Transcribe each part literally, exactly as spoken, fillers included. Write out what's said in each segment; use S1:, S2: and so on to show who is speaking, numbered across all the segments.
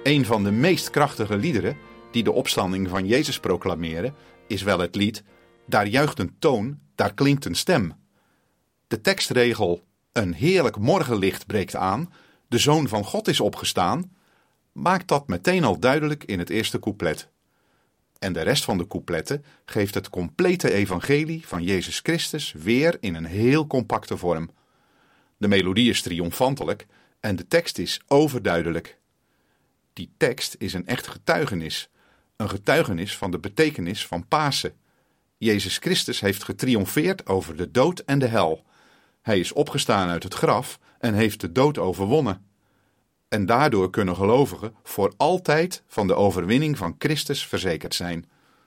S1: Een van de meest krachtige liederen die de opstanding van Jezus proclameren, is wel het lied Daar juicht een toon, daar klinkt een stem. De tekstregel Een heerlijk morgenlicht breekt aan, de Zoon van God is opgestaan, maakt dat meteen al duidelijk in het eerste couplet. En de rest van de coupletten geeft het complete evangelie van Jezus Christus weer in een heel compacte vorm. De melodie is triomfantelijk en de tekst is overduidelijk. Die tekst is een echt getuigenis, een getuigenis van de betekenis van Pasen. Jezus Christus heeft getriomfeerd over de dood en de hel. Hij is opgestaan uit het graf en heeft de dood overwonnen. En daardoor kunnen gelovigen voor altijd van de overwinning van Christus verzekerd zijn.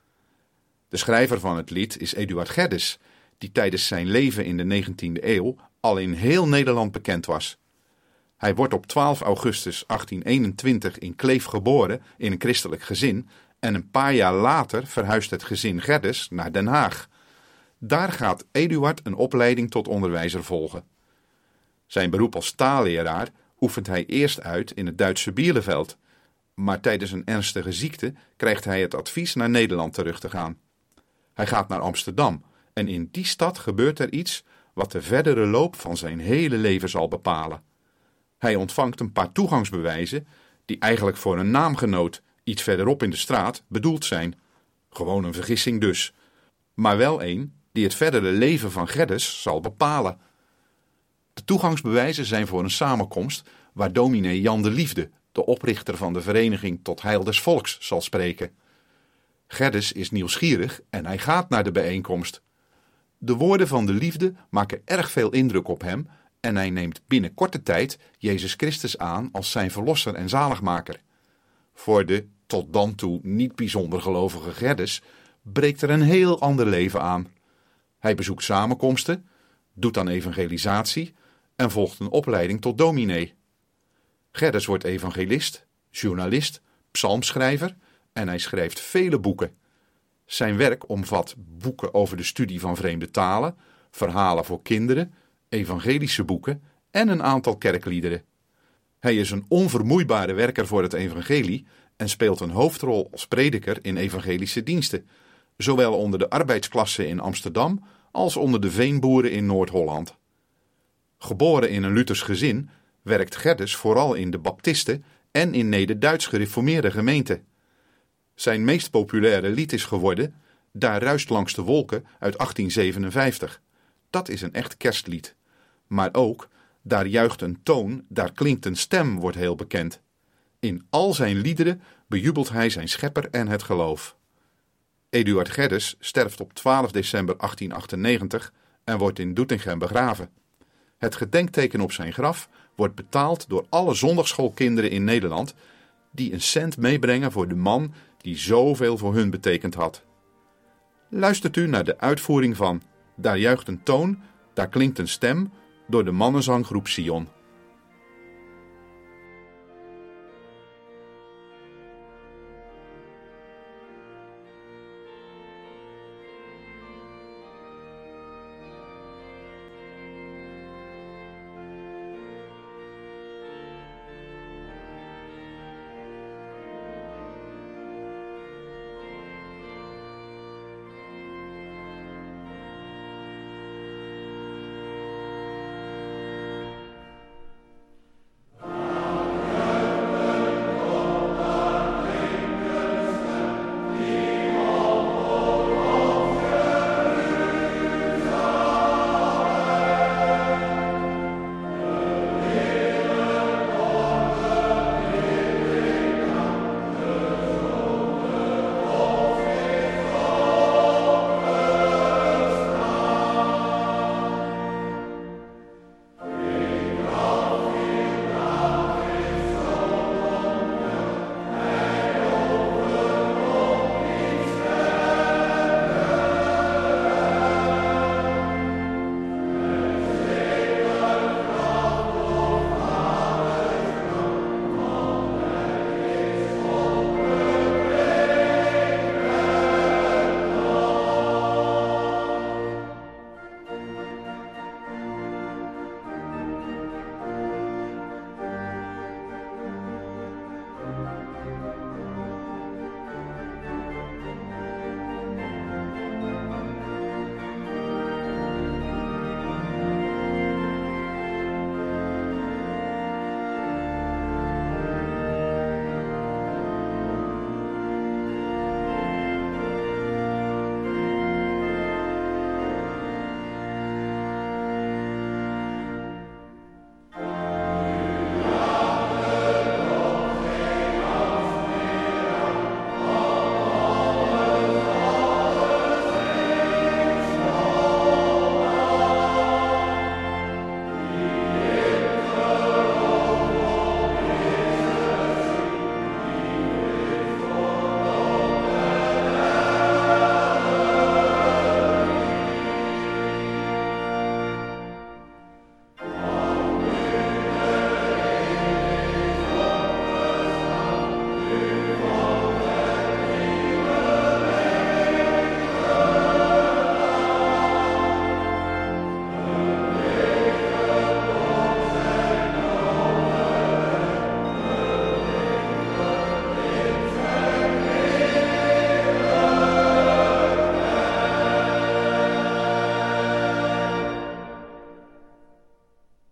S1: De schrijver van het lied is Eduard Gerdes, die tijdens zijn leven in de negentiende eeuw al in heel Nederland bekend was. Hij wordt op twaalf augustus achttien eenentwintig in Kleef geboren in een christelijk gezin en een paar jaar later verhuist het gezin Gerdes naar Den Haag. Daar gaat Eduard een opleiding tot onderwijzer volgen. Zijn beroep als taalleraar oefent hij eerst uit in het Duitse Bielefeld, maar tijdens een ernstige ziekte krijgt hij het advies naar Nederland terug te gaan. Hij gaat naar Amsterdam en in die stad gebeurt er iets wat de verdere loop van zijn hele leven zal bepalen. Hij ontvangt een paar toegangsbewijzen die eigenlijk voor een naamgenoot iets verderop in de straat bedoeld zijn. Gewoon een vergissing dus, maar wel een die het verdere leven van Gerdes zal bepalen. De toegangsbewijzen zijn voor een samenkomst waar dominee Jan de Liefde, de oprichter van de Vereniging tot Heil des Volks, zal spreken. Gerdes is nieuwsgierig en hij gaat naar de bijeenkomst. De woorden van de Liefde maken erg veel indruk op hem en hij neemt binnen korte tijd Jezus Christus aan als zijn verlosser en zaligmaker. Voor de tot dan toe niet bijzonder gelovige Gerdes breekt er een heel ander leven aan. Hij bezoekt samenkomsten, doet dan evangelisatie en volgt een opleiding tot dominee. Gerdes wordt evangelist, journalist, psalmschrijver en hij schrijft vele boeken. Zijn werk omvat boeken over de studie van vreemde talen, verhalen voor kinderen, evangelische boeken en een aantal kerkliederen. Hij is een onvermoeibare werker voor het evangelie en speelt een hoofdrol als prediker in evangelische diensten, zowel onder de arbeidsklasse in Amsterdam als onder de veenboeren in Noord-Holland. Geboren in een Luthers gezin werkt Gerdes vooral in de Baptisten en in Neder-Duits gereformeerde gemeenten. Zijn meest populaire lied is geworden Daar ruist langs de wolken uit achttien zevenenvijftig. Dat is een echt kerstlied. Maar ook Daar juicht een toon, daar klinkt een stem wordt heel bekend. In al zijn liederen bejubelt hij zijn schepper en het geloof. Eduard Gerdes sterft op twaalf december achttien achtennegentig en wordt in Doetinchem begraven. Het gedenkteken op zijn graf wordt betaald door alle zondagsschoolkinderen in Nederland die een cent meebrengen voor de man die zoveel voor hun betekend had. Luistert u naar de uitvoering van Daar juicht een toon, daar klinkt een stem door de mannenzanggroep Sion.